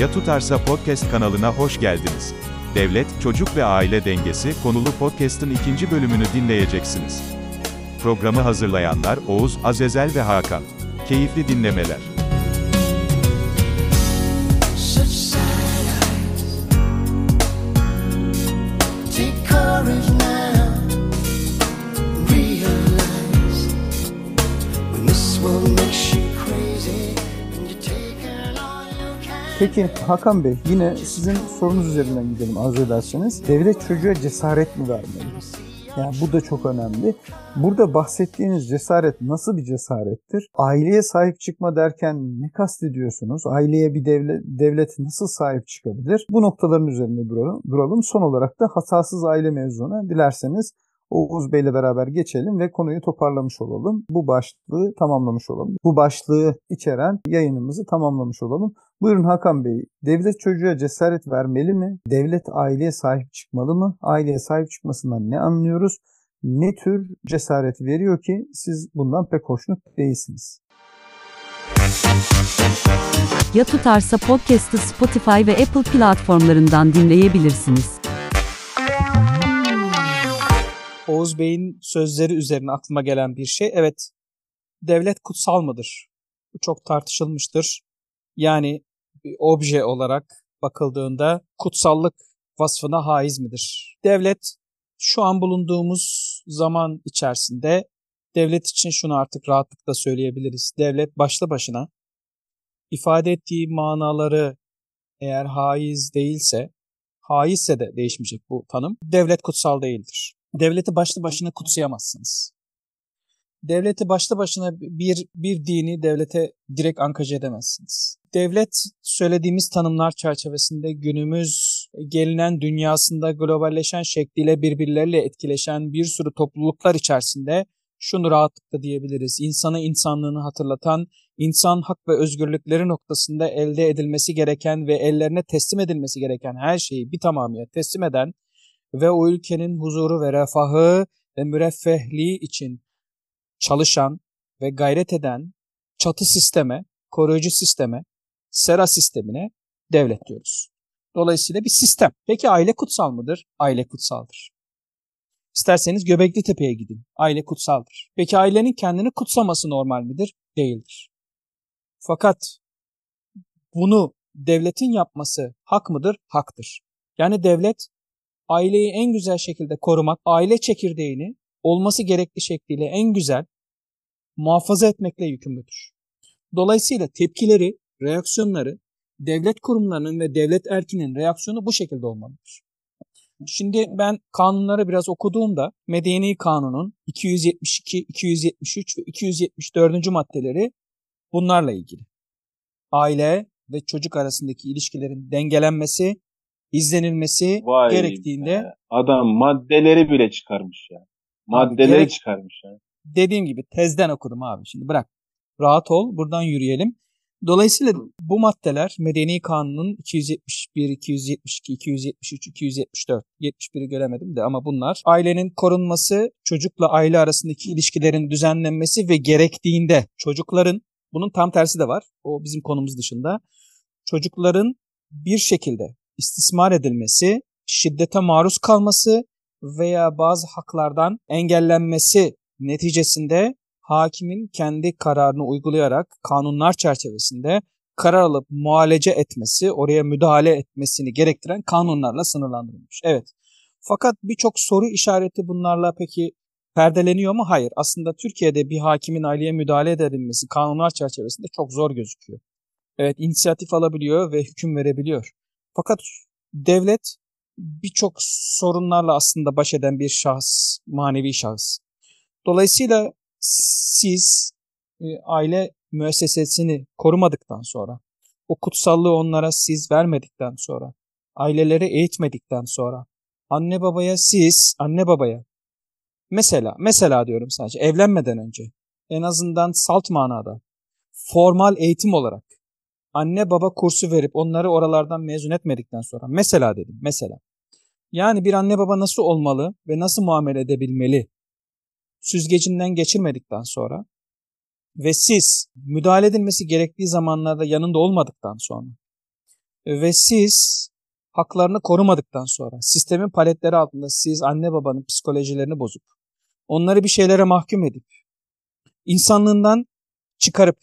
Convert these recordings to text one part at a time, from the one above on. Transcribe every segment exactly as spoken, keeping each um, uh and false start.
Ya Tutarsa Podcast kanalına hoş geldiniz. Devlet, çocuk ve aile dengesi konulu podcast'ın ikinci bölümünü dinleyeceksiniz. Programı hazırlayanlar Oğuz, Azezel ve Hakan. Keyifli dinlemeler. Peki Hakan Bey, yine sizin sorunuz üzerinden gidelim arzu ederseniz. Devlet çocuğa cesaret mi vermeli? Yani bu da çok önemli. Burada bahsettiğiniz cesaret nasıl bir cesarettir? Aileye sahip çıkma derken ne kastediyorsunuz? Aileye bir devlet, devlet nasıl sahip çıkabilir? Bu noktaların üzerinde duralım. duralım. Son olarak da hatasız aile mevzuna dilerseniz Oğuz Bey'le beraber geçelim ve konuyu toparlamış olalım. Bu başlığı tamamlamış olalım. Bu başlığı içeren yayınımızı tamamlamış olalım. Buyurun Hakan Bey, devlet çocuğa cesaret vermeli mi? Devlet aileye sahip çıkmalı mı? Aileye sahip çıkmasından ne anlıyoruz? Ne tür cesaret veriyor ki siz bundan pek hoşnut değilsiniz? Ya Tutarsa Podcast'ı Spotify ve Apple platformlarından dinleyebilirsiniz. Oğuz Bey'in sözleri üzerine aklıma gelen bir şey. Evet, devlet kutsal mıdır? Bu çok tartışılmıştır. Yani bir obje olarak bakıldığında kutsallık vasfına haiz midir? Devlet şu an bulunduğumuz zaman içerisinde devlet için şunu artık rahatlıkla söyleyebiliriz. Devlet başlı başına ifade ettiği manaları eğer haiz değilse, haizse de değişmeyecek bu tanım. Devlet kutsal değildir. Devleti başlı başına kutsayamazsınız. Devleti başlı başına bir bir dini devlete direkt angaje edemezsiniz. Devlet söylediğimiz tanımlar çerçevesinde günümüz gelinen dünyasında globalleşen şekliyle birbirleriyle etkileşen bir sürü topluluklar içerisinde şunu rahatlıkla diyebiliriz. İnsana insanlığını hatırlatan, insan hak ve özgürlükleri noktasında elde edilmesi gereken ve ellerine teslim edilmesi gereken her şeyi bir tamamıyla teslim eden ve o ülkenin huzuru ve refahı ve müreffehliği için çalışan ve gayret eden çatı sisteme, koruyucu sisteme, sera sistemine devlet diyoruz. Dolayısıyla bir sistem. Peki aile kutsal mıdır? Aile kutsaldır. İsterseniz Göbekli Tepe'ye gidin. Aile kutsaldır. Peki ailenin kendini kutsaması normal midir? Değildir. Fakat bunu devletin yapması hak mıdır? Haktır. Yani devlet aileyi en güzel şekilde korumak, aile çekirdeğini olması gerektiği şekliyle en güzel muhafaza etmekle yükümlüdür. Dolayısıyla tepkileri, reaksiyonları, devlet kurumlarının ve devlet erkinin reaksiyonu bu şekilde olmalıdır. Şimdi ben kanunları biraz okuduğumda Medeni Kanun'un iki yüz yetmiş iki, iki yüz yetmiş üç ve iki yüz yetmiş dördüncü maddeleri bunlarla ilgili. Aile ve çocuk arasındaki ilişkilerin dengelenmesi, izlenilmesi Vay gerektiğinde... Be. Adam maddeleri bile çıkarmış ya. Maddeleri gerek... çıkarmış ya. Dediğim gibi tezden okudum abi. Şimdi bırak. Rahat ol. Buradan yürüyelim. Dolayısıyla bu maddeler Medeni Kanun'un iki yüz yetmiş bir, iki yüz yetmiş iki, iki yüz yetmiş üç, iki yüz yetmiş dört, yetmiş biri göremedim de ama bunlar ailenin korunması, çocukla aile arasındaki ilişkilerin düzenlenmesi ve gerektiğinde çocukların, bunun tam tersi de var. O bizim konumuz dışında. Çocukların bir şekilde istismar edilmesi, şiddete maruz kalması veya bazı haklardan engellenmesi neticesinde hakimin kendi kararını uygulayarak kanunlar çerçevesinde karar alıp muhalece etmesi, oraya müdahale etmesini gerektiren kanunlarla sınırlandırılmış. Evet. Fakat birçok soru işareti bunlarla peki perdeleniyor mu? Hayır. Aslında Türkiye'de bir hakimin aileye müdahale edebilmesi kanunlar çerçevesinde çok zor gözüküyor. Evet, inisiyatif alabiliyor ve hüküm verebiliyor. Fakat devlet birçok sorunlarla aslında baş eden bir şahıs, manevi şahıs. Dolayısıyla siz e, aile müessesesini korumadıktan sonra, o kutsallığı onlara siz vermedikten sonra, aileleri eğitmedikten sonra, anne babaya siz, anne babaya, mesela, mesela diyorum sadece evlenmeden önce, en azından salt manada, formal eğitim olarak, anne baba kursu verip onları oralardan mezun etmedikten sonra, mesela dedim, mesela. Yani bir anne baba nasıl olmalı ve nasıl muamele edebilmeli? Süzgecinden geçirmedikten sonra ve siz müdahale edilmesi gerektiği zamanlarda yanında olmadıktan sonra Ve siz haklarını korumadıktan sonra sistemin paletleri altında siz anne babanın psikolojilerini bozup onları bir şeylere mahkum edip insanlığından çıkarıp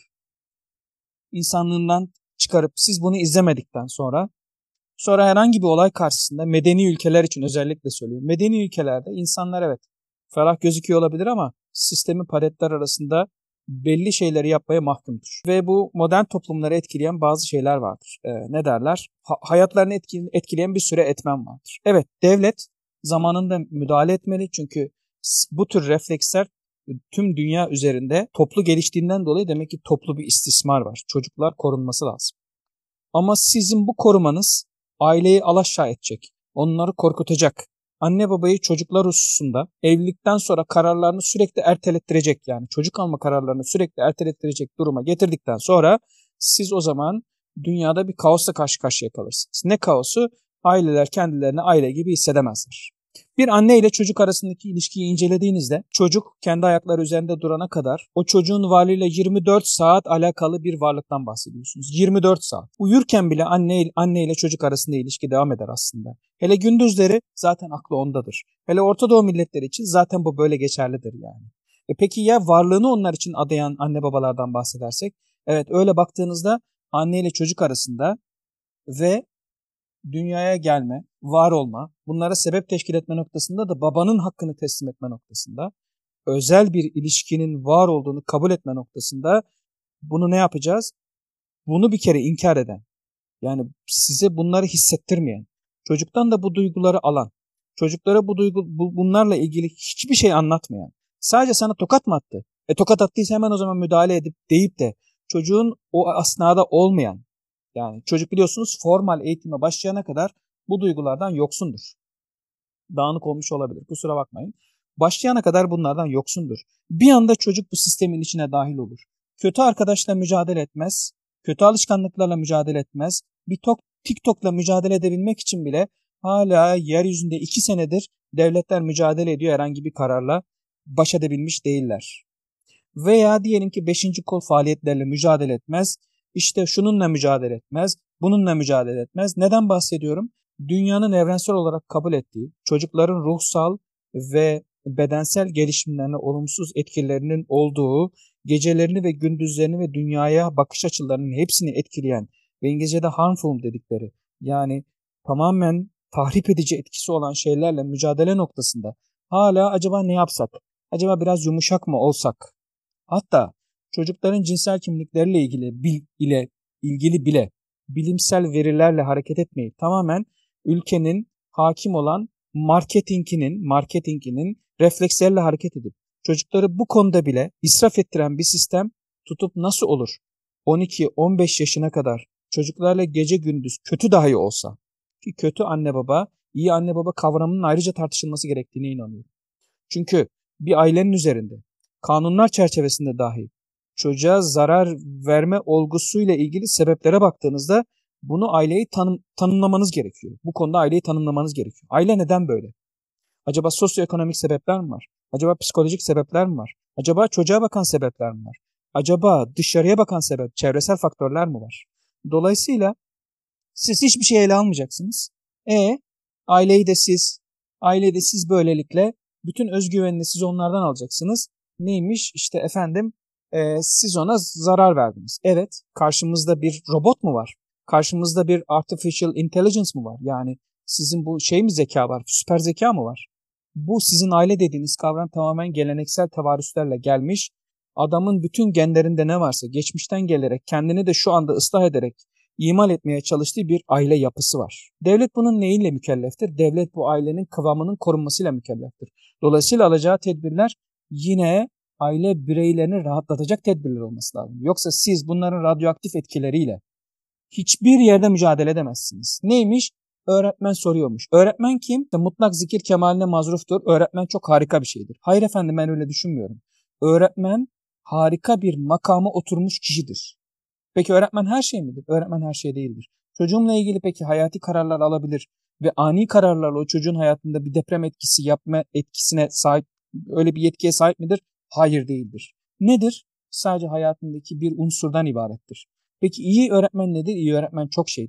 insanlığından çıkarıp siz bunu izlemedikten sonra sonra herhangi bir olay karşısında medeni ülkeler için özellikle söylüyorum. Medeni ülkelerde insanlar evet ferah gözüküyor olabilir ama sistemin paletler arasında belli şeyleri yapmaya mahkumdur. Ve bu modern toplumları etkileyen bazı şeyler vardır. Ee, ne derler? Ha- hayatlarını etkileyen bir süre etmen vardır. Evet, devlet zamanında müdahale etmeli çünkü bu tür refleksler tüm dünya üzerinde toplu geliştiğinden dolayı demek ki toplu bir istismar var. Çocuklar korunması lazım. Ama sizin bu korumanız aileyi alaşağı edecek, onları korkutacak. Anne babayı çocuklar hususunda evlilikten sonra kararlarını sürekli ertelettirecek, yani çocuk alma kararlarını sürekli ertelettirecek duruma getirdikten sonra siz o zaman dünyada bir kaosla karşı karşıya kalırsınız. Ne kaosu? Aileler kendilerini aile gibi hissedemezler. Bir anne ile çocuk arasındaki ilişkiyi incelediğinizde çocuk kendi ayakları üzerinde durana kadar o çocuğun varlığıyla yirmi dört saat alakalı bir varlıktan bahsediyorsunuz. yirmi dört saat. Uyurken bile anne, anne ile çocuk arasında ilişki devam eder aslında. Hele gündüzleri zaten aklı ondadır. Hele Orta Doğu milletleri için zaten bu böyle geçerlidir yani. E peki ya varlığını onlar için adayan anne babalardan bahsedersek? Evet, öyle baktığınızda anne ile çocuk arasında ve dünyaya gelme, var olma, bunlara sebep teşkil etme noktasında da babanın hakkını teslim etme noktasında, özel bir ilişkinin var olduğunu kabul etme noktasında bunu ne yapacağız? Bunu bir kere inkar eden, yani size bunları hissettirmeyen, çocuktan da bu duyguları alan, çocuklara bu duygu bu, bunlarla ilgili hiçbir şey anlatmayan, sadece sana tokat mı attı? E tokat attıysa hemen o zaman müdahale edip deyip de çocuğun o asnada olmayan, yani çocuk biliyorsunuz formal eğitime başlayana kadar bu duygulardan yoksundur. Dağınık olmuş olabilir, kusura bakmayın. Başlayana kadar bunlardan yoksundur. Bir anda çocuk bu sistemin içine dahil olur. Kötü arkadaşla mücadele etmez, kötü alışkanlıklarla mücadele etmez. Bir tok, TikTok'la mücadele edebilmek için bile hala yeryüzünde iki senedir devletler mücadele ediyor, herhangi bir kararla baş edebilmiş değiller. Veya diyelim ki beşinci kol faaliyetlerle mücadele etmez. İşte şununla mücadele etmez, bununla mücadele etmez. Neden bahsediyorum? Dünyanın evrensel olarak kabul ettiği, çocukların ruhsal ve bedensel gelişimlerine olumsuz etkilerinin olduğu, gecelerini ve gündüzlerini ve dünyaya bakış açılarının hepsini etkileyen ve İngilizce'de harmful dedikleri, yani tamamen tahrip edici etkisi olan şeylerle mücadele noktasında hala acaba ne yapsak? Acaba biraz yumuşak mı olsak? Hatta çocukların cinsel kimlikleriyle ilgili bil, ile ilgili bile bilimsel verilerle hareket etmeyip tamamen ülkenin hakim olan marketinginin marketinginin reflekslerle hareket edip çocukları bu konuda bile israf ettiren bir sistem tutup nasıl olur? on iki on beş yaşına kadar çocuklarla gece gündüz kötü dahi olsa, ki kötü anne baba, iyi anne baba kavramının ayrıca tartışılması gerektiğine inanıyorum. Çünkü bir ailenin üzerinde kanunlar çerçevesinde dahi çocuğa zarar verme olgusuyla ilgili sebeplere baktığınızda bunu aileyi tanım, tanımlamanız gerekiyor. Bu konuda aileyi tanımlamanız gerekiyor. Aile neden böyle? Acaba sosyoekonomik sebepler mi var? Acaba psikolojik sebepler mi var? Acaba çocuğa bakan sebepler mi var? Acaba dışarıya bakan sebep, çevresel faktörler mi var? Dolayısıyla siz hiçbir şey ele almayacaksınız. E aileyi de siz, aileyi de siz böylelikle bütün özgüvenini siz onlardan alacaksınız. Neymiş? İşte efendim e, siz ona zarar verdiniz. Evet, karşımızda bir robot mu var? Karşımızda bir artificial intelligence mı var? Yani sizin bu şey mi zeka var? Süper zeka mı var? Bu sizin aile dediğiniz kavram tamamen geleneksel tevarüslerle gelmiş. Adamın bütün genlerinde ne varsa geçmişten gelerek kendini de şu anda ıslah ederek imal etmeye çalıştığı bir aile yapısı var. Devlet bunun neyiyle mükelleftir? Devlet bu ailenin kıvamının korunmasıyla mükelleftir. Dolayısıyla alacağı tedbirler yine aile bireylerini rahatlatacak tedbirler olması lazım. Yoksa siz bunların radyoaktif etkileriyle hiçbir yerde mücadele edemezsiniz. Neymiş? Öğretmen soruyormuş. Öğretmen kim? Mutlak zikir kemaline mazruftur. Öğretmen çok harika bir şeydir. Hayır efendim, ben öyle düşünmüyorum. Öğretmen harika bir makama oturmuş kişidir. Peki öğretmen her şey midir? Öğretmen her şey değildir. Çocuğumla ilgili peki hayati kararlar alabilir ve ani kararlarla o çocuğun hayatında bir deprem etkisi yapma etkisine sahip, öyle bir yetkiye sahip midir? Hayır, değildir. Nedir? Sadece hayatındaki bir unsurdan ibarettir. Peki iyi öğretmen nedir? İyi öğretmen çok şeydir.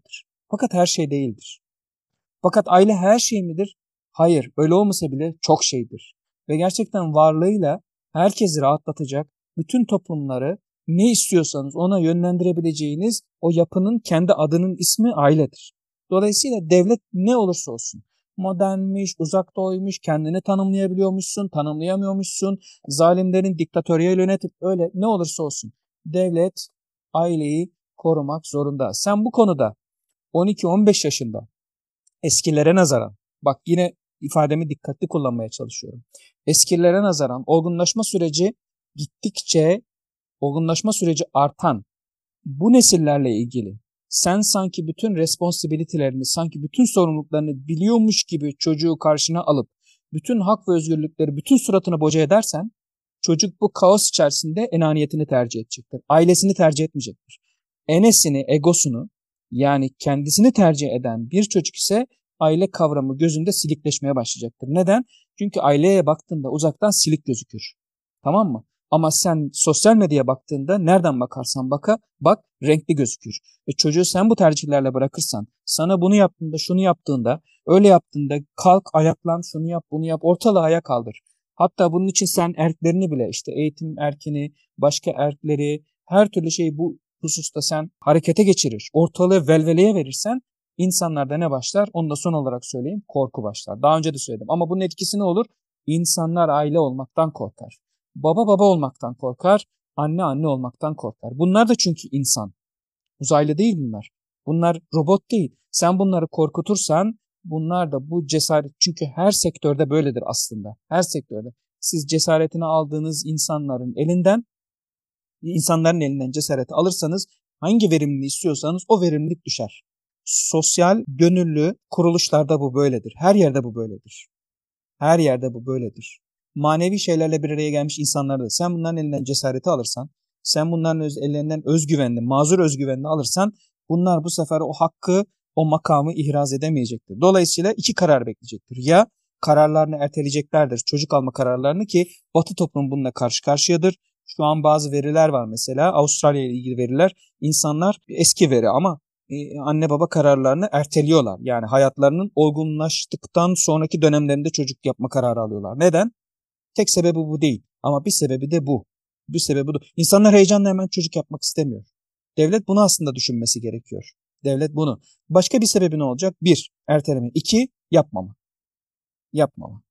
Fakat her şey değildir. Fakat aile her şey midir? Hayır, öyle olmasa bile çok şeydir. Ve gerçekten varlığıyla herkesi rahatlatacak, bütün toplumları ne istiyorsanız ona yönlendirebileceğiniz o yapının kendi adının ismi ailedir. Dolayısıyla devlet ne olursa olsun, modernmiş, uzak doğuymuş, kendini tanımlayabiliyormuşsun, tanımlayamıyormuşsun, zalimlerin diktatöryel yönetip öyle ne olursa olsun. Devlet aileyi korumak zorunda. Sen bu konuda on iki on beş yaşında eskilere nazaran, bak yine ifademi dikkatli kullanmaya çalışıyorum. Eskilere nazaran olgunlaşma süreci gittikçe olgunlaşma süreci artan bu nesillerle ilgili sen sanki bütün responsibility'lerini, sanki bütün sorumluluklarını biliyormuş gibi çocuğu karşına alıp bütün hak ve özgürlükleri bütün suratına boca edersen çocuk bu kaos içerisinde enaniyetini tercih edecektir. Ailesini tercih etmeyecektir. Enesini, egosunu yani kendisini tercih eden bir çocuk ise aile kavramı gözünde silikleşmeye başlayacaktır. Neden? Çünkü aileye baktığında uzaktan silik gözükür. Tamam mı? Ama sen sosyal medyaya baktığında nereden bakarsan baka, bak renkli gözükür. Ve çocuğu sen bu tercihlerle bırakırsan, sana bunu yaptığında, şunu yaptığında, öyle yaptığında kalk, ayaklan, şunu yap, bunu yap, ortalığı ayağa kaldır. Hatta bunun için sen erklerini bile işte eğitim erkini, başka erkleri, her türlü şeyi bu hususta sen harekete geçirir. Ortalığı velveleye verirsen insanlarda ne başlar? Onu da son olarak söyleyeyim. Korku başlar. Daha önce de söyledim. Ama bunun etkisi ne olur? İnsanlar aile olmaktan korkar. Baba baba olmaktan korkar. Anne anne olmaktan korkar. Bunlar da çünkü insan. Uzaylı değil bunlar. Bunlar robot değil. Sen bunları korkutursan bunlar da bu cesaret. Çünkü her sektörde böyledir aslında. Her sektörde. Siz cesaretini aldığınız insanların elinden insanların elinden cesareti alırsanız hangi verimliliği istiyorsanız o verimlilik düşer. Sosyal, gönüllü kuruluşlarda bu böyledir. Her yerde bu böyledir. Her yerde bu böyledir. Manevi şeylerle bir araya gelmiş insanlarda sen bunların elinden cesareti alırsan, sen bunların öz, ellerinden özgüvenli, mazur özgüvenli alırsan bunlar bu sefer o hakkı, o makamı ihraz edemeyecektir. Dolayısıyla iki karar bekleyecektir. Ya kararlarını erteleyeceklerdir, çocuk alma kararlarını ki Batı toplumu bununla karşı karşıyadır. Şu an bazı veriler var mesela Avustralya ile ilgili veriler. İnsanlar eski veri ama e, anne baba kararlarını erteliyorlar. Yani hayatlarının olgunlaştıktan sonraki dönemlerinde çocuk yapma kararı alıyorlar. Neden? Tek sebebi bu değil ama bir sebebi de bu. Bir sebebi bu. İnsanlar heyecanla hemen çocuk yapmak istemiyor. Devlet bunu aslında düşünmesi gerekiyor. Devlet bunu. Başka bir sebebi ne olacak? Bir, erteleme. İki, yapmama. Yapmama.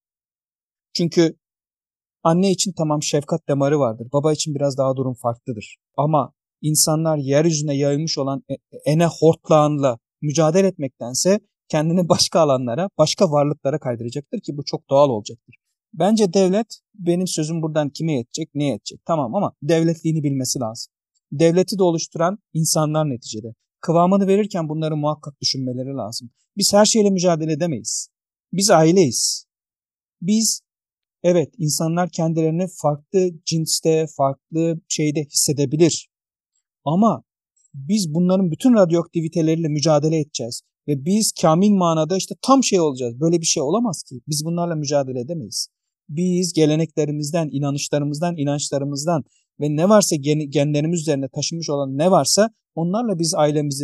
Çünkü anne için tamam şefkat damarı vardır. Baba için biraz daha durum farklıdır. Ama insanlar yeryüzüne yayılmış olan ene hortlağınla mücadele etmektense kendini başka alanlara, başka varlıklara kaydıracaktır ki bu çok doğal olacaktır. Bence devlet, benim sözüm buradan kime yetecek, ne yetecek? Tamam ama devletliğini bilmesi lazım. Devleti de oluşturan insanlar neticede. Kıvamını verirken bunları muhakkak düşünmeleri lazım. Biz her şeyle mücadele edemeyiz. Biz aileyiz. Biz, evet insanlar kendilerini farklı cinste, farklı şeyde hissedebilir. Ama biz bunların bütün radyoaktiviteleriyle mücadele edeceğiz. Ve biz kamil manada işte tam şey olacağız. Böyle bir şey olamaz ki. Biz bunlarla mücadele edemeyiz. Biz geleneklerimizden, inanışlarımızdan, inançlarımızdan ve ne varsa gen, genlerimiz üzerine taşınmış olan ne varsa onlarla biz ailemizi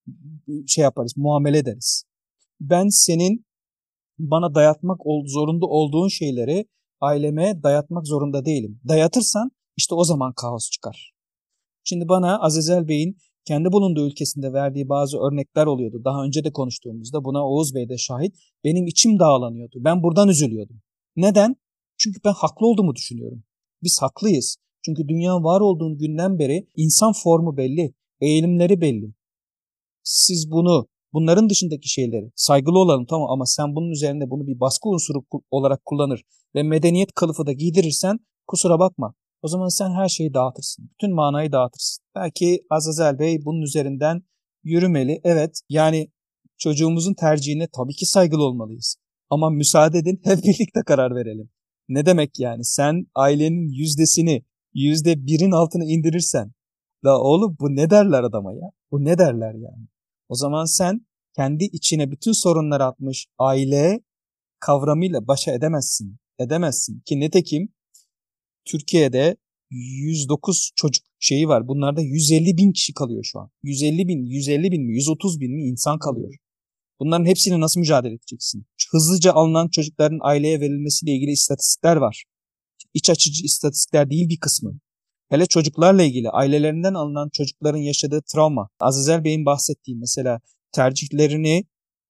şey yaparız, muamele ederiz. Ben senin bana dayatmak ol, zorunda olduğun şeyleri aileme dayatmak zorunda değilim. Dayatırsan işte o zaman kaos çıkar. Şimdi bana Azezel Bey'in kendi bulunduğu ülkesinde verdiği bazı örnekler oluyordu. Daha önce de konuştuğumuzda buna Oğuz Bey de şahit. Benim içim dağlanıyordu. Ben buradan üzülüyordum. Neden? Çünkü ben haklı olduğumu düşünüyorum. Biz haklıyız. Çünkü dünya var olduğun günden beri insan formu belli, eğilimleri belli. Siz bunu, bunların dışındaki şeyleri saygılı olalım tamam ama sen bunun üzerinde bunu bir baskı unsuru olarak kullanır ve medeniyet kılıfı da giydirirsen kusura bakma. O zaman sen her şeyi dağıtırsın. Bütün manayı dağıtırsın. Belki Azazel Bey bunun üzerinden yürümeli. Evet yani çocuğumuzun tercihine tabii ki saygılı olmalıyız. Ama müsaade edin hep birlikte karar verelim. Ne demek yani sen ailenin yüzdesini yüzde birin altına indirirsen la oğlum bu ne derler adama ya? Bu ne derler yani? O zaman sen kendi içine bütün sorunları atmış aile kavramıyla başa edemezsin. Edemezsin ki nitekim Türkiye'de yüz dokuz çocuk şeyi var. Bunlarda yüz elli bin kişi kalıyor şu an. yüz elli bin, yüz elli bin mi, yüz otuz bin mi insan kalıyor. Bunların hepsini nasıl mücadele edeceksin? Hızlıca alınan çocukların aileye verilmesiyle ilgili istatistikler var. İç açıcı istatistikler değil bir kısmı. Hele çocuklarla ilgili ailelerinden alınan çocukların yaşadığı travma. Azizel Bey'in bahsettiği mesela tercihlerini,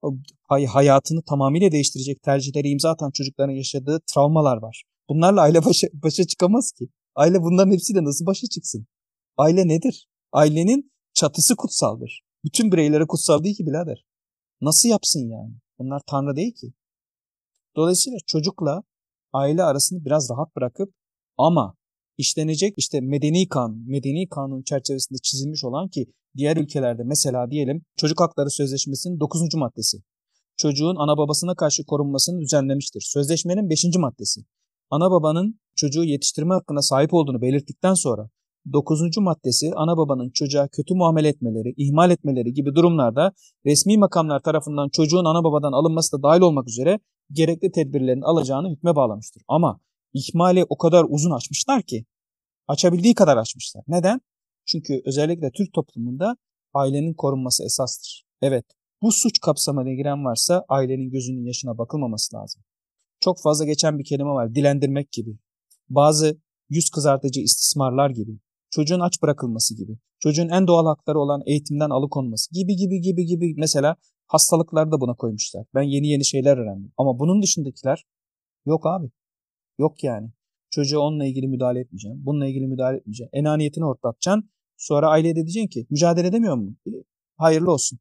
hayatını tamamıyla değiştirecek tercihleri imza atan çocukların yaşadığı travmalar var. Bunlarla aile başa, başa çıkamaz ki. Aile bunların hepsiyle nasıl başa çıksın? Aile nedir? Ailenin çatısı kutsaldır. Bütün bireylere kutsal değil ki birader. Nasıl yapsın yani? Bunlar Tanrı değil ki. Dolayısıyla çocukla aile arasını biraz rahat bırakıp ama işlenecek işte medeni kanun, medeni kanun çerçevesinde çizilmiş olan ki diğer ülkelerde mesela diyelim Çocuk Hakları Sözleşmesi'nin dokuzuncu maddesi. Çocuğun ana babasına karşı korunmasını düzenlemiştir. Sözleşmenin beşinci maddesi. Ana babanın çocuğu yetiştirme hakkına sahip olduğunu belirttikten sonra dokuzuncu maddesi ana babanın çocuğa kötü muamele etmeleri, ihmal etmeleri gibi durumlarda resmi makamlar tarafından çocuğun ana babadan alınması da dahil olmak üzere gerekli tedbirlerin alacağını hükme bağlamıştır. Ama ihmali o kadar uzun açmışlar ki açabildiği kadar açmışlar. Neden? Çünkü özellikle Türk toplumunda ailenin korunması esastır. Evet, bu suç kapsamına giren varsa ailenin gözünün yaşına bakılmaması lazım. Çok fazla geçen bir kelime var, dilendirmek gibi. Bazı yüz kızartıcı istismarlar gibi. Çocuğun aç bırakılması gibi. Çocuğun en doğal hakları olan eğitimden alıkonması gibi gibi gibi gibi. Mesela hastalıkları da buna koymuşlar. Ben yeni yeni şeyler öğrendim. Ama bunun dışındakiler yok abi. Yok yani. Çocuğa onunla ilgili müdahale etmeyeceğim. Bununla ilgili müdahale etmeyeceğim. Enaniyetini ortlatacaksın. Sonra aileye de diyeceksin ki mücadele edemiyor mu? Hayırlı olsun.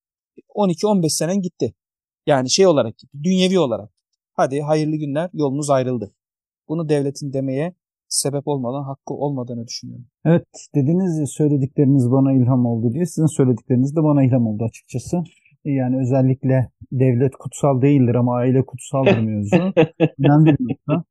on iki on beş senen gitti. Yani şey olarak gitti. Dünyevi olarak. Hadi hayırlı günler, yolunuz ayrıldı. Bunu devletin demeye sebep olmadan hakkı olmadığını düşünüyorum. Evet, dediniz ya söyledikleriniz bana ilham oldu diye. Sizin söyledikleriniz de bana ilham oldu açıkçası. Yani özellikle devlet kutsal değildir ama aile kutsaldır mevzu. Önemli bir nokta.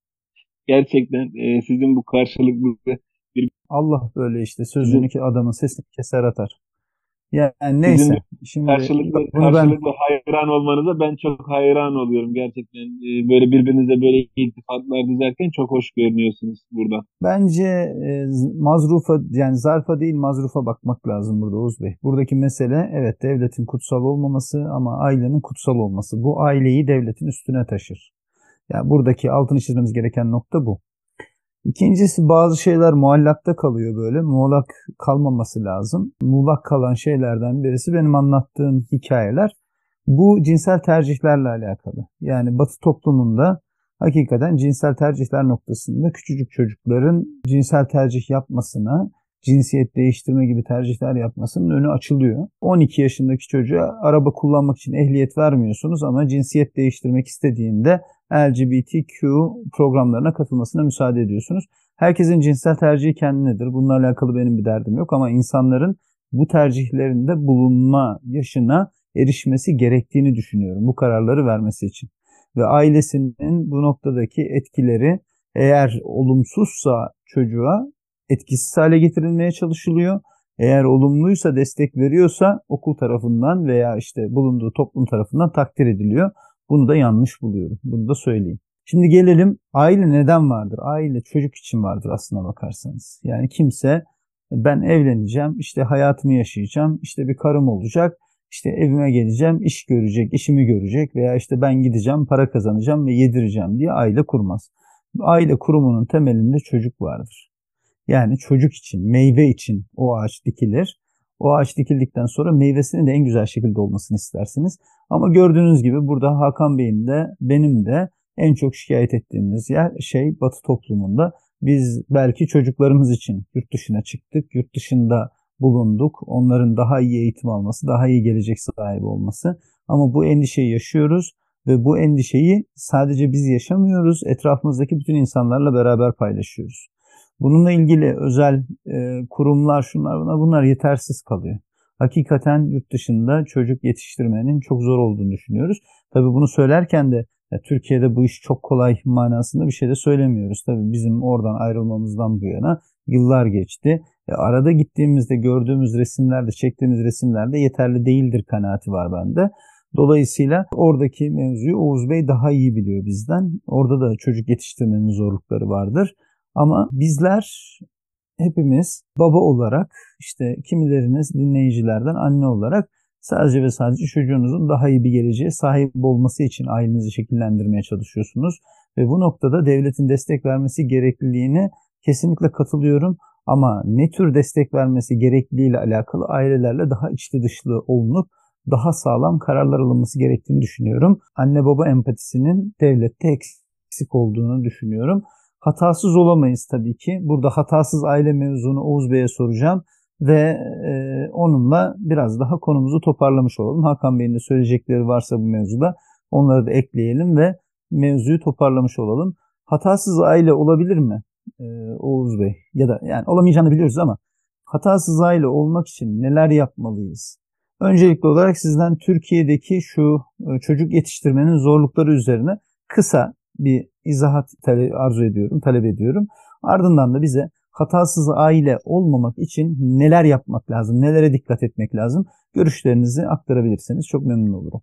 Gerçekten e, sizin bu karşılıklı bir Allah böyle işte sözünü ki adamın sesini keser atar. Yani sizin neyse. bu Şimdi karşılıklı bunu ben karşılıklı hayran olmanıza ben çok hayran oluyorum gerçekten. E, böyle birbirinize böyle iltifatlar dizerken çok hoş görünüyorsunuz burada. bence e, mazrufa yani zarfa değil mazrufa bakmak lazım burada Oğuz Bey. Buradaki mesele evet devletin kutsal olmaması ama ailenin kutsal olması. Bu aileyi devletin üstüne taşır. Yani buradaki altını çizmemiz gereken nokta bu. İkincisi bazı şeyler muallakta kalıyor böyle. Muğlak kalmaması lazım. Muğlak kalan şeylerden birisi benim anlattığım hikayeler. Bu cinsel tercihlerle alakalı. Yani Batı toplumunda hakikaten cinsel tercihler noktasında küçücük çocukların cinsel tercih yapmasına, cinsiyet değiştirme gibi tercihler yapmasının önü açılıyor. on iki yaşındaki çocuğa araba kullanmak için ehliyet vermiyorsunuz ama cinsiyet değiştirmek istediğinde L G B T Q programlarına katılmasına müsaade ediyorsunuz. Herkesin cinsel tercihi kendinedir. Bununla alakalı benim bir derdim yok ama insanların bu tercihlerinde bulunma yaşına erişmesi gerektiğini düşünüyorum bu kararları vermesi için. Ve ailesinin bu noktadaki etkileri eğer olumsuzsa çocuğa etkisiz hale getirilmeye çalışılıyor. Eğer olumluysa destek veriyorsa okul tarafından veya işte bulunduğu toplum tarafından takdir ediliyor. Bunu da yanlış buluyorum. Bunu da söyleyeyim. Şimdi gelelim aile neden vardır? Aile çocuk için vardır aslına bakarsanız. Yani kimse ben evleneceğim, işte hayatımı yaşayacağım, işte bir karım olacak, işte evime geleceğim, iş görecek, işimi görecek veya işte ben gideceğim, para kazanacağım ve yedireceğim diye aile kurmaz. Aile kurumunun temelinde çocuk vardır. Yani çocuk için, meyve için o ağaç dikilir. O ağaç dikildikten sonra meyvesinin de en güzel şekilde olmasını istersiniz. Ama gördüğünüz gibi burada Hakan Bey'in de benim de en çok şikayet ettiğimiz yer şey Batı toplumunda. Biz belki çocuklarımız için yurt dışına çıktık, yurt dışında bulunduk. Onların daha iyi eğitim alması, daha iyi gelecek sahibi olması. Ama bu endişeyi yaşıyoruz ve bu endişeyi sadece biz yaşamıyoruz, etrafımızdaki bütün insanlarla beraber paylaşıyoruz. Bununla ilgili özel e, kurumlar, şunlar bunlar, bunlar yetersiz kalıyor. Hakikaten yurt dışında çocuk yetiştirmenin çok zor olduğunu düşünüyoruz. Tabii bunu söylerken de ya, Türkiye'de bu iş çok kolay manasında bir şey de söylemiyoruz. Tabii bizim oradan ayrılmamızdan bu yana yıllar geçti. E, arada gittiğimizde gördüğümüz resimlerde, çektiğimiz resimlerde yeterli değildir kanaati var bende. Dolayısıyla oradaki mevzuyu Oğuz Bey daha iyi biliyor bizden. Orada da çocuk yetiştirmenin zorlukları vardır. Ama bizler hepimiz baba olarak, işte kimileriniz dinleyicilerden anne olarak sadece ve sadece çocuğunuzun daha iyi bir geleceğe sahip olması için ailenizi şekillendirmeye çalışıyorsunuz. Ve bu noktada devletin destek vermesi gerekliliğine kesinlikle katılıyorum. Ama ne tür destek vermesi gerekliliğiyle alakalı ailelerle daha içli dışlı olunup daha sağlam kararlar alınması gerektiğini düşünüyorum. Anne baba empatisinin devlette eksik olduğunu düşünüyorum. Hatasız olamayız tabii ki. Burada hatasız aile mevzunu Oğuz Bey'e soracağım ve e, onunla biraz daha konumuzu toparlamış olalım. Hakan Bey'in de söyleyecekleri varsa bu mevzuda onları da ekleyelim ve mevzuyu toparlamış olalım. Hatasız aile olabilir mi e, Oğuz Bey? Ya da yani olamayacağını biliyoruz ama hatasız aile olmak için neler yapmalıyız? Öncelikli olarak sizden Türkiye'deki şu e, çocuk yetiştirmenin zorlukları üzerine kısa bir izahat tale- arzu ediyorum, talep ediyorum. Ardından da bize hatasız aile olmamak için neler yapmak lazım, nelere dikkat etmek lazım? Görüşlerinizi aktarabilirseniz çok memnun olurum.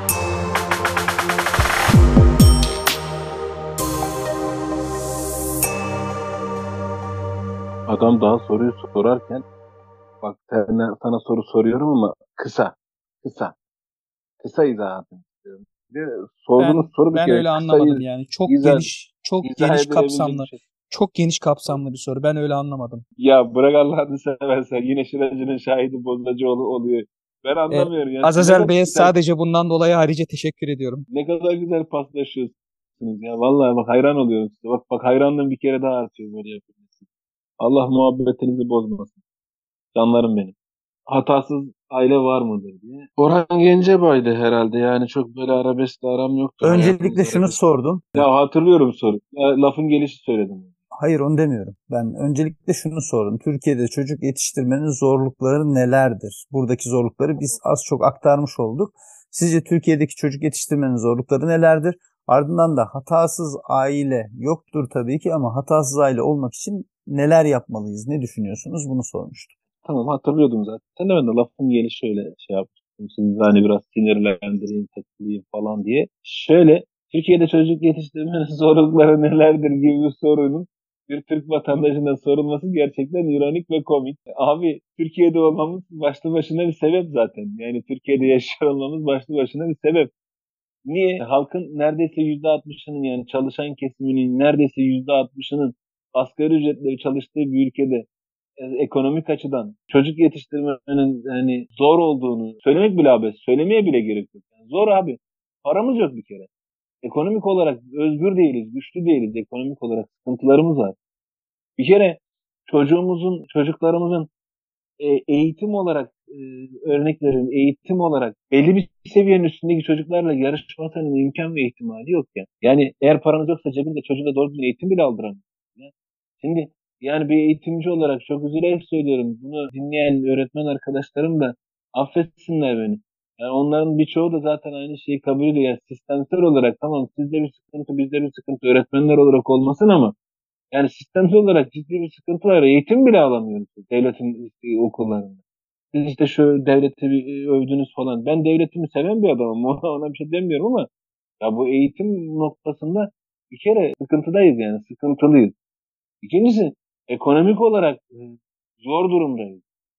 Adam daha soruyu sorarken bak sana, sana soru soruyorum ama kısa, kısa, kısa izahatını istiyorum. Bir sorduğunuz Ben soru bir ben kere öyle kısa anlamadım iz, yani. Çok izah, geniş, çok izah geniş edilebilecek bir kapsamlı, şey. çok geniş kapsamlı bir soru. Ben öyle anlamadım. Ya bırak Allah'ını seversen yine Şıracı'nın şahidi Bozacıoğlu oluyor. Ben Ee, anlamıyorum ya. Siz ne Azazel kadar Bey'e güzel, sadece bundan dolayı ayrıca teşekkür ediyorum. ne kadar güzel paslaşıyorsunuz ya. Vallahi bak hayran oluyorum size. Bak bak hayranlığım bir kere daha artıyor böyle yapıyorsunuz. Allah muhabbetinizi bozmasın. Canlarım benim. Hatasız aile var mıdır diye. Orhan Gencebay'dı herhalde. Yani çok böyle arabeskle aram yoktu. Öncelikle Hayatımız şunu arabesk. sordum. Ya hatırlıyorum soru. Ya, lafın gelişi söyledim. Hayır, onu demiyorum. Ben öncelikle şunu sordum. Türkiye'de çocuk yetiştirmenin zorlukları nelerdir? Buradaki zorlukları biz az çok aktarmış olduk. Sizce Türkiye'deki çocuk yetiştirmenin zorlukları nelerdir? Ardından da hatasız aile yoktur tabii ki ama hatasız aile olmak için neler yapmalıyız? Ne düşünüyorsunuz? Bunu sormuştum. Tamam hatırlıyordum zaten. Sen de ben de lafın gelişi şöyle şey yapmıştım. Sizi hani biraz sinirlendireyim, takılayım falan diye. Şöyle Türkiye'de çocuk yetiştirmenin zorlukları nelerdir gibi bir sorunun bir Türk vatandaşına sorulması gerçekten ironik ve komik. Abi Türkiye'de olmamız başlı başına bir sebep zaten. Yani Türkiye'de yaşıyor olmamız başlı başına bir sebep. Niye? Halkın neredeyse yüzde altmışının yani çalışan kesiminin neredeyse yüzde altmışının asgari ücretle çalıştığı bir ülkede e, ekonomik açıdan çocuk yetiştirmenin yani zor olduğunu söylemek bile abes. Söylemeye bile gerek yok. Yani zor abi. Paramız yok bir kere. Ekonomik olarak özgür değiliz, güçlü değiliz. Ekonomik olarak sıkıntılarımız var. Bir kere çocuğumuzun, çocuklarımızın e, eğitim olarak e, örnek veriyorum eğitim olarak belli bir seviyenin üstündeki çocuklarla yarışmasının imkan ve ihtimali yok ya. Yani eğer paranız yoksa cebinde çocuğa doğru düzgün eğitim bile aldıramıyorsunuz. Ya. Şimdi yani bir eğitimci olarak çok üzülerek söylüyorum. Bunu dinleyen öğretmen arkadaşlarım da affetsinler beni. Yani onların birçoğu da zaten aynı şeyi kabul ediyor. Yani sistemsel olarak tamam sizde bir sıkıntı bizde bir sıkıntı öğretmenler olarak olmasın ama yani sistemsel olarak ciddi bir sıkıntı var. Eğitim bile alamıyoruz devletin e, okullarında. Siz işte şu devleti bir, e, övdünüz falan. Ben devletimi seven bir adamım. Ona, ona bir şey demiyorum ama ya bu eğitim noktasında bir kere sıkıntıdayız yani. Sıkıntılıyız. İkincisi ekonomik olarak e, zor durumdayız.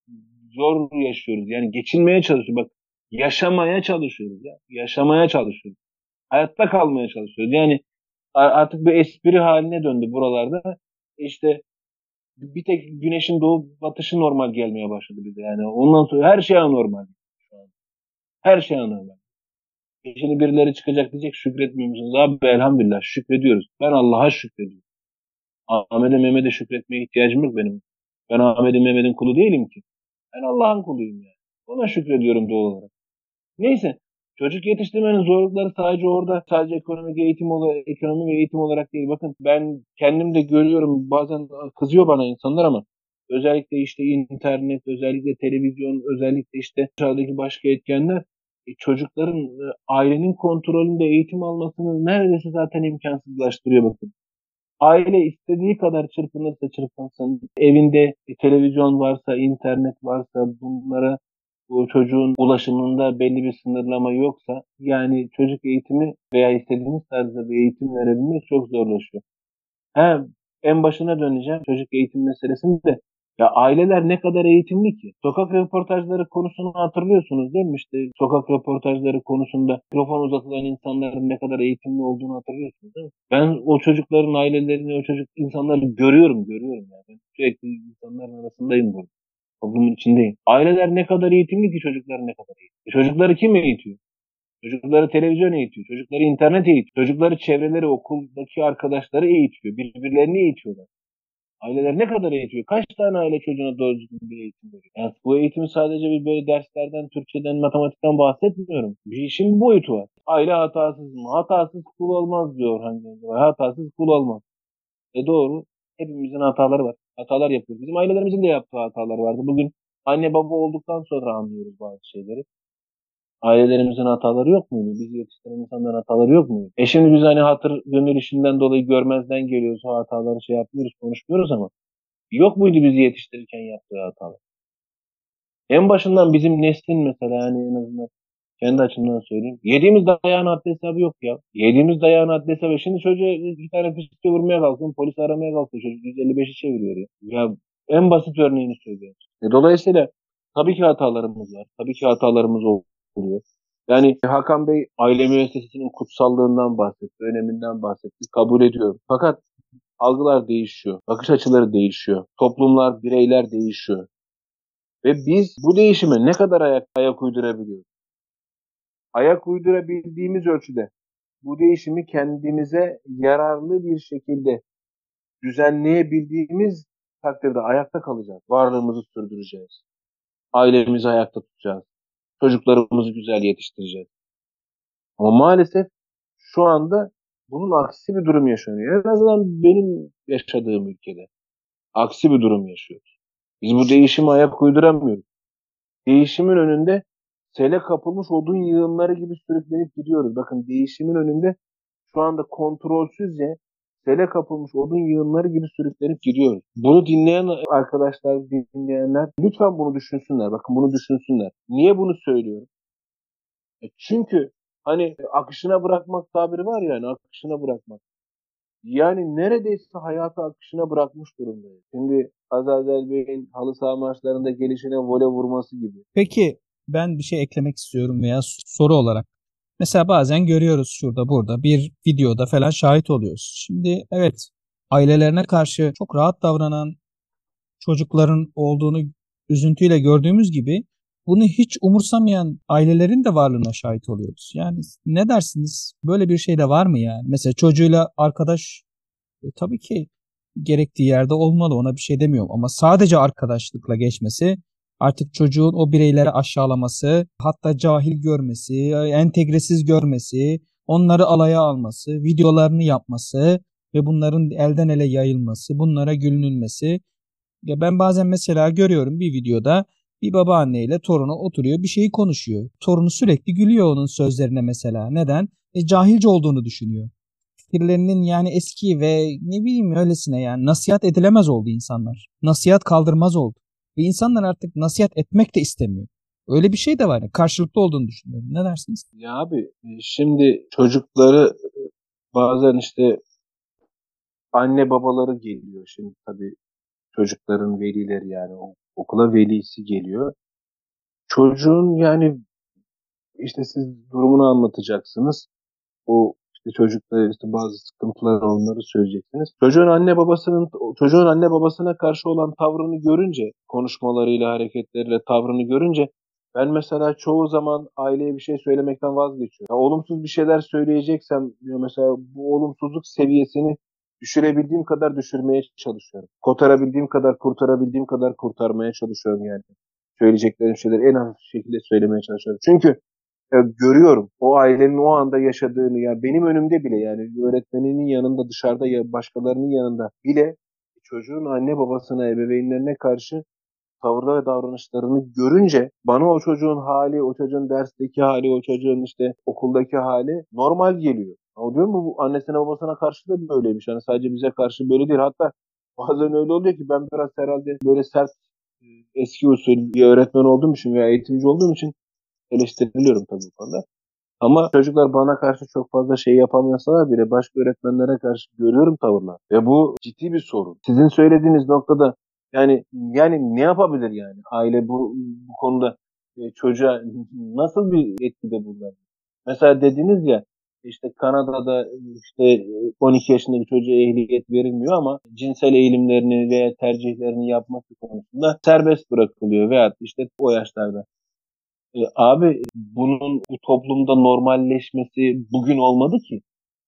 Zor yaşıyoruz. Yani geçinmeye çalışıyoruz. Bak yaşamaya çalışıyoruz ya. Yaşamaya çalışıyoruz. Hayatta kalmaya çalışıyoruz. Yani a- artık bir espri haline döndü buralarda. İşte bir tek güneşin doğup batışı normal gelmeye başladı bize. Yani ondan sonra her şey anormal şu an. Her şey anormal. E Şimdi birileri çıkacak diyecek şükretmiyor musunuz? Abi elhamdülillah şükrediyoruz. Ben Allah'a şükrediyorum. Ahmet'e Mehmet'e şükretmeye ihtiyacım yok benim. Ben Ahmet'in Mehmet'in kulu değilim ki. Ben Allah'ın kuluyum yani. Ona şükrediyorum doğal olarak. Neyse. Çocuk yetiştirmenin zorlukları sadece orada, sadece ekonomik eğitim olarak, ekonomi ve eğitim olarak değil. Bakın ben kendim de görüyorum bazen kızıyor bana insanlar ama özellikle işte internet, özellikle televizyon, özellikle işte dışarıdaki başka etkenler e, çocukların e, ailenin kontrolünde eğitim almasını neredeyse zaten imkansızlaştırıyor bakın. Aile istediği kadar çırpınırsa çırpınsın, evinde televizyon varsa, internet varsa bunlara bu çocuğun ulaşımında belli bir sınırlama yoksa yani çocuk eğitimi veya istediğimiz tarzda bir eğitim verebilmek çok zorlaşıyor. Ha, en başına döneceğim çocuk eğitim meselesinde. Ya aileler ne kadar eğitimli ki? Sokak röportajları konusunu hatırlıyorsunuz değil mi? İşte sokak röportajları konusunda mikrofon uzatılan insanların ne kadar eğitimli olduğunu hatırlıyorsunuz değil mi? Ben o çocukların ailelerini, o çocuk insanları görüyorum, görüyorum yani. Ben sürekli insanların arasındayım burada. Toplumun içindeyim. Aileler ne kadar eğitimli ki çocuklar ne kadar eğitimli. Çocukları kim eğitiyor? Çocukları televizyon eğitiyor. Çocukları internet eğitiyor. Çocukları çevreleri, okuldaki arkadaşları eğitiyor. Birbirlerini eğitiyorlar. Aileler ne kadar eğitiyor? Kaç tane aile çocuğuna doğru düzgün bir eğitim veriyor? Yani bu eğitimi sadece bir böyle derslerden, Türkçeden, matematikten bahsetmiyorum. Bir işin bir boyutu var. Aile hatasız mı? Hatasız kul olmaz diyor Orhan Gencebay. Hatasız kul olmaz. E doğru. Hepimizin hataları var. Hatalar yapıyoruz. Bizim ailelerimizin de yaptığı hatalar vardı. Bugün anne baba olduktan sonra anlıyoruz bazı şeyleri. Ailelerimizin hataları yok muydu? Bizi yetiştiren insanların hataları yok muydu? E şimdi biz hani hatır gönül işinden dolayı görmezden geliyoruz. O hataları şey yapmıyoruz, konuşmuyoruz ama yok muydu bizi yetiştirirken yaptığı hatalar? En başından bizim neslin mesela yani en azından kendi açımdan söyleyeyim. Yediğimiz dayağın haddi hesabı yok ya. Yediğimiz dayağın haddi hesabı. Şimdi çocuğa iki tane fiske vurmaya kalkın, polis aramaya kalkıyor. Çocuk yüz elli beşi çeviriyor ya. Ya en basit örneğini söylüyorum. E, dolayısıyla tabii ki hatalarımız var. Tabii ki hatalarımız oluyor. Yani Hakan Bey aile müessesesinin kutsallığından bahsetti, öneminden bahsetti. Kabul ediyorum. Fakat algılar değişiyor. Bakış açıları değişiyor. Toplumlar, bireyler değişiyor. Ve biz bu değişime ne kadar ayak, ayak uydurabiliyoruz? Ayak uydurabildiğimiz ölçüde bu değişimi kendimize yararlı bir şekilde düzenleyebildiğimiz takdirde ayakta kalacağız. Varlığımızı sürdüreceğiz. Ailemizi ayakta tutacağız. Çocuklarımızı güzel yetiştireceğiz. Ama maalesef şu anda bunun aksi bir durum yaşanıyor. En azından benim yaşadığım ülkede aksi bir durum yaşıyoruz. Biz bu değişime ayak uyduramıyoruz. Değişimin önünde sele kapılmış odun yığınları gibi sürüklenip gidiyoruz. Bakın değişimin önünde şu anda kontrolsüzce sele kapılmış odun yığınları gibi sürüklenip gidiyoruz. Bunu dinleyen arkadaşlar, dinleyenler lütfen bunu düşünsünler. Bakın bunu düşünsünler. Niye bunu söylüyorum? E çünkü hani akışına bırakmak tabiri var ya hani akışına bırakmak. Yani neredeyse hayatı akışına bırakmış durumdayız. Şimdi Azazel Bey'in halı saha maçlarında gelişine vole vurması gibi. Peki ben bir şey eklemek istiyorum veya soru olarak. Mesela bazen görüyoruz şurada burada bir videoda falan şahit oluyoruz. Şimdi evet ailelerine karşı çok rahat davranan çocukların olduğunu üzüntüyle gördüğümüz gibi bunu hiç umursamayan ailelerin de varlığına şahit oluyoruz. Yani ne dersiniz? Böyle bir şey de var mı yani? Mesela çocuğuyla arkadaş e, tabii ki gerektiği yerde olmalı, ona bir şey demiyorum ama sadece arkadaşlıkla geçmesi artık çocuğun o bireyleri aşağılaması, hatta cahil görmesi, entegresiz görmesi, onları alaya alması, videolarını yapması ve bunların elden ele yayılması, bunlara gülünülmesi. Ya ben bazen mesela görüyorum bir videoda bir babaanneyle torunu oturuyor bir şeyi konuşuyor. Torunu sürekli gülüyor onun sözlerine mesela. Neden? E, cahilce olduğunu düşünüyor. Fikirlerinin yani eski ve ne bileyim öylesine yani nasihat edilemez oldu insanlar. Nasihat kaldırmaz oldu. Ve insanlar artık nasihat etmek de istemiyor. Öyle bir şey de var. Yani karşılıklı olduğunu düşünüyorum. Ne dersiniz? Ya abi şimdi çocukları bazen işte anne babaları geliyor. Şimdi tabii çocukların velileri yani okula velisi geliyor. Çocuğun yani işte siz durumunu anlatacaksınız. O işte çocukta işte bazı sıkıntılar onları söyleyeceksiniz. Çocuğun anne babasının çocuğun anne babasına karşı olan tavrını görünce, konuşmalarıyla, hareketleriyle tavrını görünce ben mesela çoğu zaman aileye bir şey söylemekten vazgeçiyorum. Ya, olumsuz bir şeyler söyleyeceksem mesela bu olumsuzluk seviyesini düşürebildiğim kadar düşürmeye çalışıyorum. Kotarabildiğim kadar, kurtarabildiğim kadar kurtarmaya çalışıyorum yani. Söyleyeceklerim şeyleri en hafif şekilde söylemeye çalışıyorum. Çünkü ya görüyorum o ailenin o anda yaşadığını ya benim önümde bile yani öğretmeninin yanında dışarıda ya başkalarının yanında bile çocuğun anne babasına ebeveynlerine karşı tavırlar ve davranışlarını görünce bana o çocuğun hali, o çocuğun dersteki hali, o çocuğun işte okuldaki hali normal geliyor. Ama diyorum bu annesine babasına karşı da böyleymiş. Yani sadece bize karşı böyle değil. Hatta bazen öyle oluyor ki ben biraz herhalde böyle sert eski usul bir öğretmen olduğum için veya eğitimci olduğum için eleştiriliyorum tabii bu konuda. Ama çocuklar bana karşı çok fazla şey yapamıyorsalar bile başka öğretmenlere karşı görüyorum tavırlar. Ve bu ciddi bir sorun. Sizin söylediğiniz noktada yani yani ne yapabilir yani? Aile bu bu konuda e, çocuğa nasıl bir etkide bulunabilir? Mesela dediniz ya işte Kanada'da işte on iki yaşındaki çocuğa ehliyet verilmiyor ama cinsel eğilimlerini veya tercihlerini yapması konusunda serbest bırakılıyor veya işte o yaşlarda. E, abi bunun bu toplumda normalleşmesi bugün olmadı ki.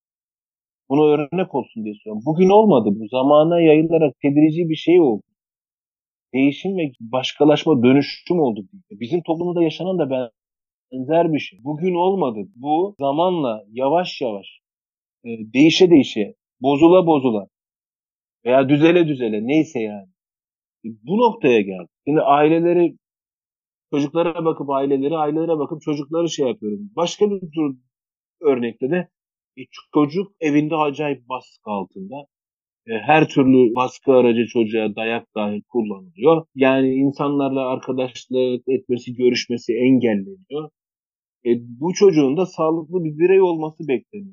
Bunu örnek olsun diye söylüyorum. Bugün olmadı. Bu zamana yayılarak tedrici bir şey oldu. Değişim ve başkalaşma, dönüşüm oldu. Bizim toplumda yaşanan da benzer bir şey. Bugün olmadı. Bu zamanla yavaş yavaş, e, değişe değişe, bozula bozula veya düzele düzele neyse yani. E, bu noktaya geldi. Şimdi aileleri, çocuklara bakıp aileleri, ailelere bakıp çocukları şey yapıyorum. Başka bir tür örnekte de e, çocuk evinde acayip baskı altında. E, her türlü baskı aracı çocuğa dayak dahi kullanılıyor. Yani insanlarla arkadaşlık etmesi, görüşmesi engelleniyor. E, bu çocuğun da sağlıklı bir birey olması bekleniyor.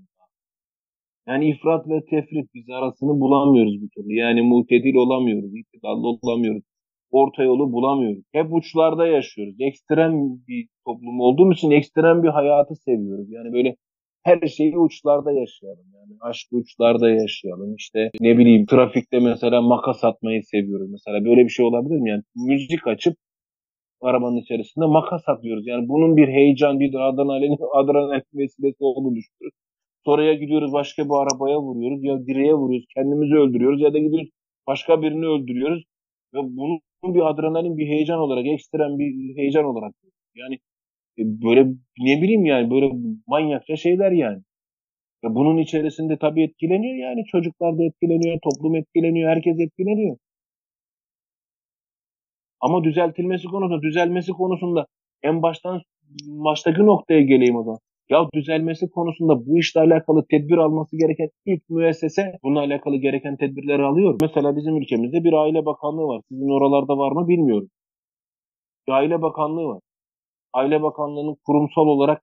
Yani ifrat ve tefrit biz arasını bulamıyoruz bir türlü. Yani mutedil olamıyoruz, itidallı olamıyoruz. Orta yolu bulamıyoruz. Hep uçlarda yaşıyoruz. Ekstrem bir toplum olduğumuz için ekstrem bir hayatı seviyoruz. Yani böyle her şeyi uçlarda yaşayalım. Yani aşkı uçlarda yaşayalım. İşte ne bileyim trafikte mesela makas atmayı seviyoruz. Mesela böyle bir şey olabilir mi? Yani müzik açıp arabanın içerisinde makas atıyoruz. Yani bunun bir heyecan, bir adrenalin, adrenalin vesilesi olduğunu düşünüyoruz. Sonraya gidiyoruz başka bir arabaya vuruyoruz ya direğe vuruyoruz. Kendimizi öldürüyoruz ya da gidiyoruz başka birini öldürüyoruz. Ve bunu bir adrenalin, bir heyecan olarak, ekstrem bir heyecan olarak. Yani e, böyle ne bileyim yani böyle manyakça şeyler yani. Ya bunun içerisinde tabii etkileniyor yani çocuklar da etkileniyor, toplum etkileniyor, herkes etkileniyor. Ama düzeltilmesi konusunda, düzelmesi konusunda en baştan baştaki noktaya geleyim o zaman. Ya düzelmesi konusunda bu işle alakalı tedbir alması gereken ilk müessese bununla alakalı gereken tedbirleri alıyor. Mesela bizim ülkemizde bir aile bakanlığı var. Sizin oralarda var mı bilmiyorum. Bir aile bakanlığı var. Aile bakanlığının kurumsal olarak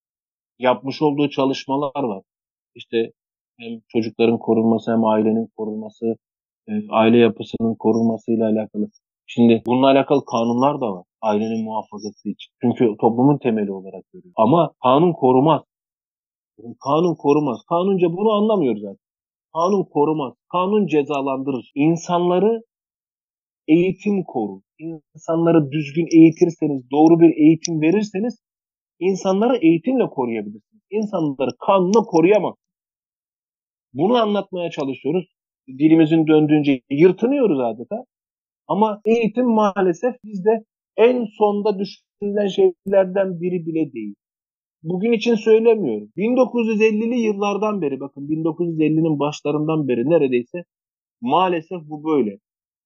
yapmış olduğu çalışmalar var. İşte hem çocukların korunması hem ailenin korunması, e, aile yapısının korunmasıyla alakalı. Şimdi bununla alakalı kanunlar da var. Ailenin muhafazası için. Çünkü toplumun temeli olarak görüyor. Ama kanun korumaz. Kanun korumaz. Kanunca bunu anlamıyoruz zaten. Kanun korumaz. Kanun cezalandırır. İnsanları eğitim korur. İnsanları düzgün eğitirseniz, doğru bir eğitim verirseniz insanları eğitimle koruyabilirsiniz. İnsanları kanunla koruyamaz. Bunu anlatmaya çalışıyoruz. Dilimizin döndüğünce yırtınıyoruz adeta. Ama eğitim maalesef bizde en sonda düşünülen şeylerden biri bile değil. Bugün için söylemiyorum. bin dokuz yüz ellili yıllardan beri, bakın bin dokuz yüz ellinin başlarından beri neredeyse maalesef bu böyle.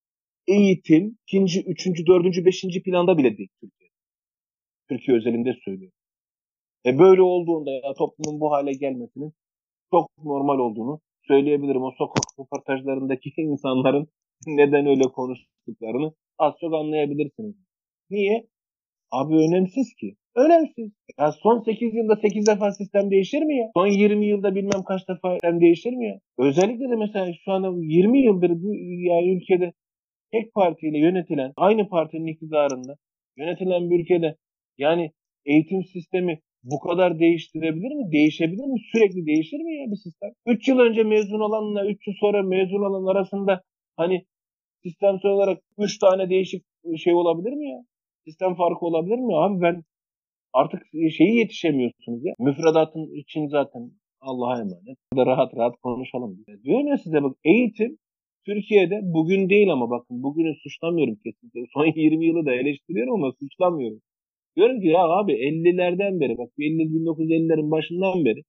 Eğitim ikinci, üçüncü, dördüncü, beşinci planda bile değil Türkiye. Türkiye özelinde söylüyorum. E böyle olduğunda ya toplumun bu hale gelmesinin çok normal olduğunu söyleyebilirim. O sokak röportajlarındaki insanların neden öyle konuştuklarını az çok anlayabilirsiniz. Niye? Abi önemsiz ki. Önemsiz. Ya son sekiz yılda sekiz defa sistem değişir mi ya? Son yirmi yılda bilmem kaç defa sistem değişir mi ya? Özellikle de mesela şu anda yirmi yıldır bu yani ülkede tek partiyle yönetilen, aynı partinin iktidarında yönetilen bir ülkede yani eğitim sistemi bu kadar değiştirebilir mi? Değişebilir mi? Sürekli değişir mi ya bir sistem? üç yıl önce mezun olanla üç yıl sonra mezun olan arasında hani sistemsel olarak üç tane değişik şey olabilir mi ya? Sistem farkı olabilir mi? Abi ben artık şeyi yetişemiyorsunuz ya. Müfredatın için zaten Allah'a emanet. Burada rahat rahat konuşalım. Diyorum ya size bak eğitim Türkiye'de bugün değil ama bakın bugünü suçlamıyorum kesinlikle. Son yirmi yılı da eleştiriyorum ama suçlamıyorum. Diyorum ki ya abi ellilerden beri bak elli, bin dokuz yüz ellilerin başından beri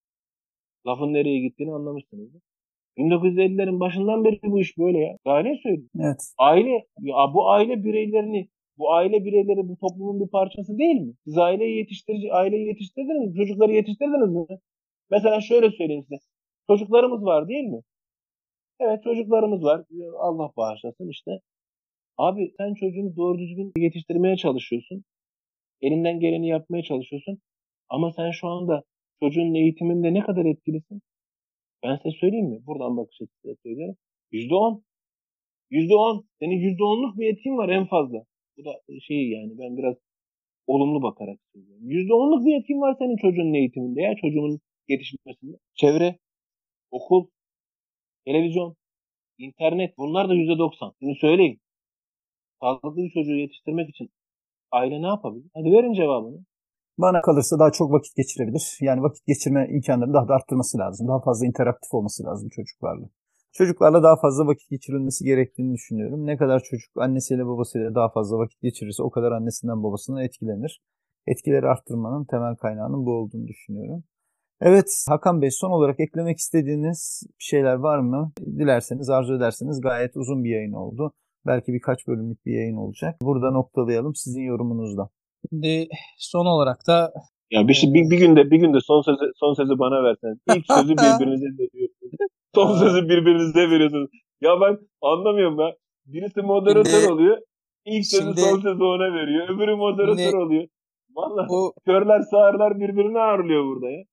lafın nereye gittiğini anlamışsınız. bin dokuz yüz ellilerin başından beri bu iş böyle ya. Daha ne söyleyeyim? Evet. Aile, ya bu aile bireylerini, bu aile bireyleri bu toplumun bir parçası değil mi? Siz aileyi yetiştirici, aileyi yetiştirdiniz mi? Çocukları yetiştirdiniz mi? Mesela şöyle söyleyeyim size. Çocuklarımız var değil mi? Evet çocuklarımız var. Allah bağışlasın işte. Abi sen çocuğunu doğru düzgün yetiştirmeye çalışıyorsun. Elinden geleni yapmaya çalışıyorsun. Ama sen şu anda çocuğun eğitiminde ne kadar etkilisin? Ben size söyleyeyim mi? Buradan bakış açısıyla söylüyorum. Yüzde on. Yüzde on. Senin yüzde onluk bir etkin var en fazla. Bu da şey yani ben biraz olumlu bakarak söylüyorum. Yüzde onluk bir etkin var senin çocuğun eğitiminde ya çocuğun gelişmesinde. Çevre, okul, televizyon, internet bunlar da yüzde doksan. Şimdi söyleyin. Sağlıklı bir çocuğu yetiştirmek için aile ne yapabilir? Hadi verin cevabını. Bana kalırsa daha çok vakit geçirebilir. Yani vakit geçirme imkanlarını daha da arttırması lazım. Daha fazla interaktif olması lazım çocuklarla. Çocuklarla daha fazla vakit geçirilmesi gerektiğini düşünüyorum. Ne kadar çocuk annesiyle babasıyla daha fazla vakit geçirirse o kadar annesinden babasından etkilenir. Etkileri arttırmanın temel kaynağının bu olduğunu düşünüyorum. Evet Hakan Bey, son olarak eklemek istediğiniz şeyler var mı? Dilerseniz, arzu ederseniz, gayet uzun bir yayın oldu. Belki birkaç bölümlük bir yayın olacak. Burada noktalayalım sizin yorumunuzla. Şimdi son olarak da Ya bir, şey, bir, bir günde bir günde son sözü son sözü bana versen. İlk sözü birbirinize veriyorsunuz. Son sözü birbirinize veriyorsunuz. Ya ben anlamıyorum ben. Birisi moderatör Şimdi- oluyor. İlk sözü şimdi- son sözü ona veriyor. Öbürü moderatör Şimdi- oluyor. Vallahi bu körler sağırlar birbirini ağırlıyor burada ya.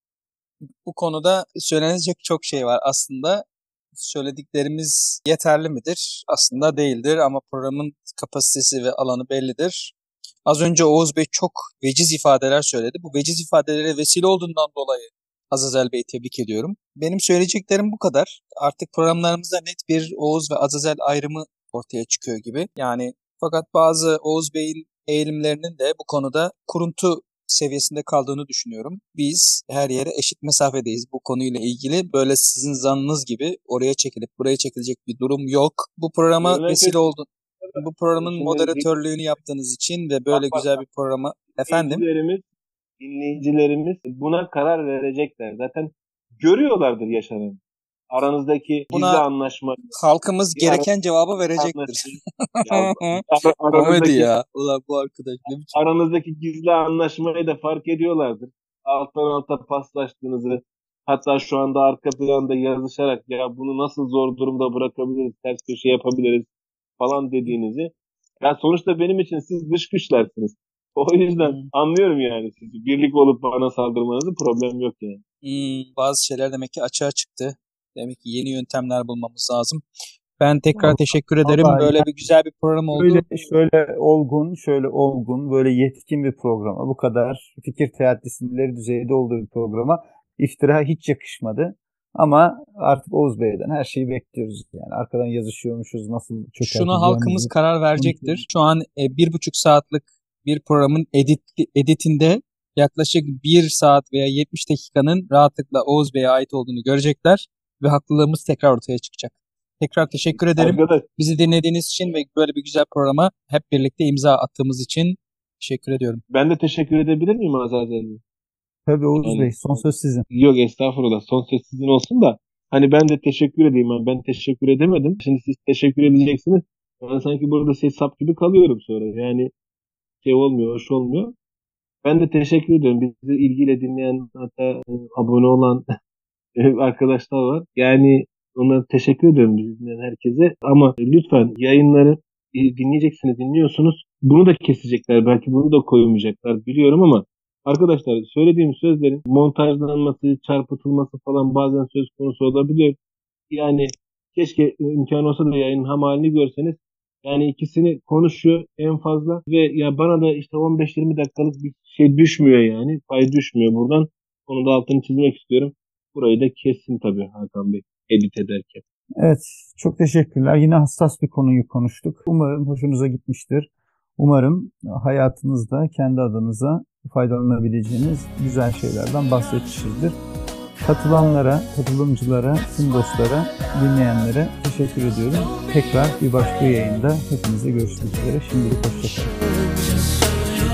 bu konuda söylenecek çok şey var aslında. Söylediklerimiz yeterli midir? Aslında değildir ama programın kapasitesi ve alanı bellidir. Az önce Oğuz Bey çok veciz ifadeler söyledi. Bu veciz ifadelere vesile olduğundan dolayı Azazel Bey'i tebrik ediyorum. Benim söyleyeceklerim bu kadar. Artık programlarımızda net bir Oğuz ve Azazel ayrımı ortaya çıkıyor gibi. Yani fakat bazı Oğuz Bey'in eğilimlerinin de bu konuda kuruntu seviyesinde kaldığını düşünüyorum. Biz her yere eşit mesafedeyiz bu konuyla ilgili. Böyle sizin zannınız gibi oraya çekilip buraya çekilecek bir durum yok. Bu programa Memleket- vesile oldu. Bu programın Şimdi- moderatörlüğünü yaptığınız için ve böyle Bak, bak, güzel bir programa efendim Dinleyicilerimiz, dinleyicilerimiz buna karar verecekler. Zaten görüyorlardır yaşanan. Aranızdaki gizli Buna- anlaşma. halkımız Bir gereken cevabı verecektir. Ya, ar- Komedi aranızdaki, ya. Ulan bu arkadaş ne biçim. aranızdaki gizli anlaşmayı da fark ediyorlardır. Alttan alta paslaştığınızı, hatta şu anda arka planda yazışarak ya bunu nasıl zor durumda bırakabiliriz, ters köşe yapabiliriz falan dediğinizi. Ya sonuçta benim için siz dış güçlersiniz. O yüzden Hmm. anlıyorum yani sizi. Birlik olup bana saldırmanızın problem yok yani. Hmm, bazı şeyler demek ki açığa çıktı. Demek ki yeni yöntemler bulmamız lazım. Ben tekrar Vallahi- teşekkür ederim. vallahi Böyle yani bir güzel bir program oldu. Şöyle, şöyle olgun, şöyle olgun, böyle yetkin bir programa, bu kadar fikir teatisinin ileri düzeyde olduğu bir programa iftira hiç yakışmadı. Ama artık Oğuz Bey'den her şeyi bekliyoruz. Yani arkadan yazışıyormuşuz, nasıl çökerteceğimizi. Şuna halkımız karar verecektir. Şu an e, bir buçuk saatlik bir programın edit, editinde yaklaşık bir saat veya yetmiş dakikanın rahatlıkla Oğuz Bey'e ait olduğunu görecekler ve haklılığımız tekrar ortaya çıkacak. Tekrar teşekkür ederim. Arkadaş, Bizi dinlediğiniz için ve böyle bir güzel programa hep birlikte imza attığımız için teşekkür ediyorum. ben de teşekkür edebilir miyim Azazel Bey? Tabii Oğuz Yani- Bey, son söz sizin. Yok estağfurullah. Son söz sizin olsun da. Hani ben de teşekkür edeyim. Yani ben teşekkür edemedim. Şimdi siz teşekkür edeceksiniz. Ben sanki burada şey sap gibi kalıyorum sonra. Yani şey olmuyor, hoş olmuyor. Ben de teşekkür ediyorum. Bizi ilgiyle dinleyen, hatta e, abone olan arkadaşlar var. Yani onlara teşekkür ediyorum bizi dinleyen herkese. Ama lütfen yayınları e, dinleyeceksiniz, dinliyorsunuz. Bunu da kesecekler. Belki bunu da koymayacaklar. Biliyorum ama arkadaşlar söylediğim sözlerin montajlanması, çarpıtılması falan bazen söz konusu olabiliyor. Yani keşke imkan olsa da yayının ham halini görseniz. Yani ikisini konuşuyor en fazla ve ya bana da işte on beş yirmi dakikalık bir şey düşmüyor yani. Pay düşmüyor buradan. Onu da altını çizmek istiyorum. Burayı da kessin tabii Hakan Bey edit ederken. Evet, çok teşekkürler. Yine hassas bir konuyu konuştuk. Umarım hoşunuza gitmiştir. Umarım hayatınızda kendi adınıza faydalanabileceğiniz güzel şeylerden bahsetmişizdir. Katılanlara, katılımcılara, tüm dostlara, dinleyenlere teşekkür ediyorum. Tekrar bir başka yayında hepinize görüşmek üzere. Şimdilik hoşçakalın.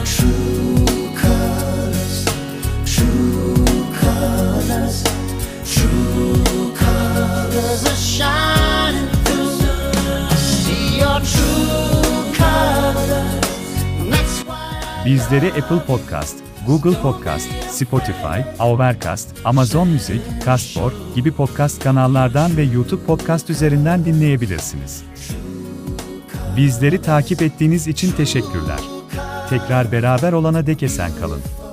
Bizleri Apple Podcast, Google Podcast, Spotify, Overcast, Amazon Music, Castbox gibi podcast kanallardan ve YouTube Podcast üzerinden dinleyebilirsiniz. Bizleri takip ettiğiniz için teşekkürler. Tekrar beraber olana dek esen kalın.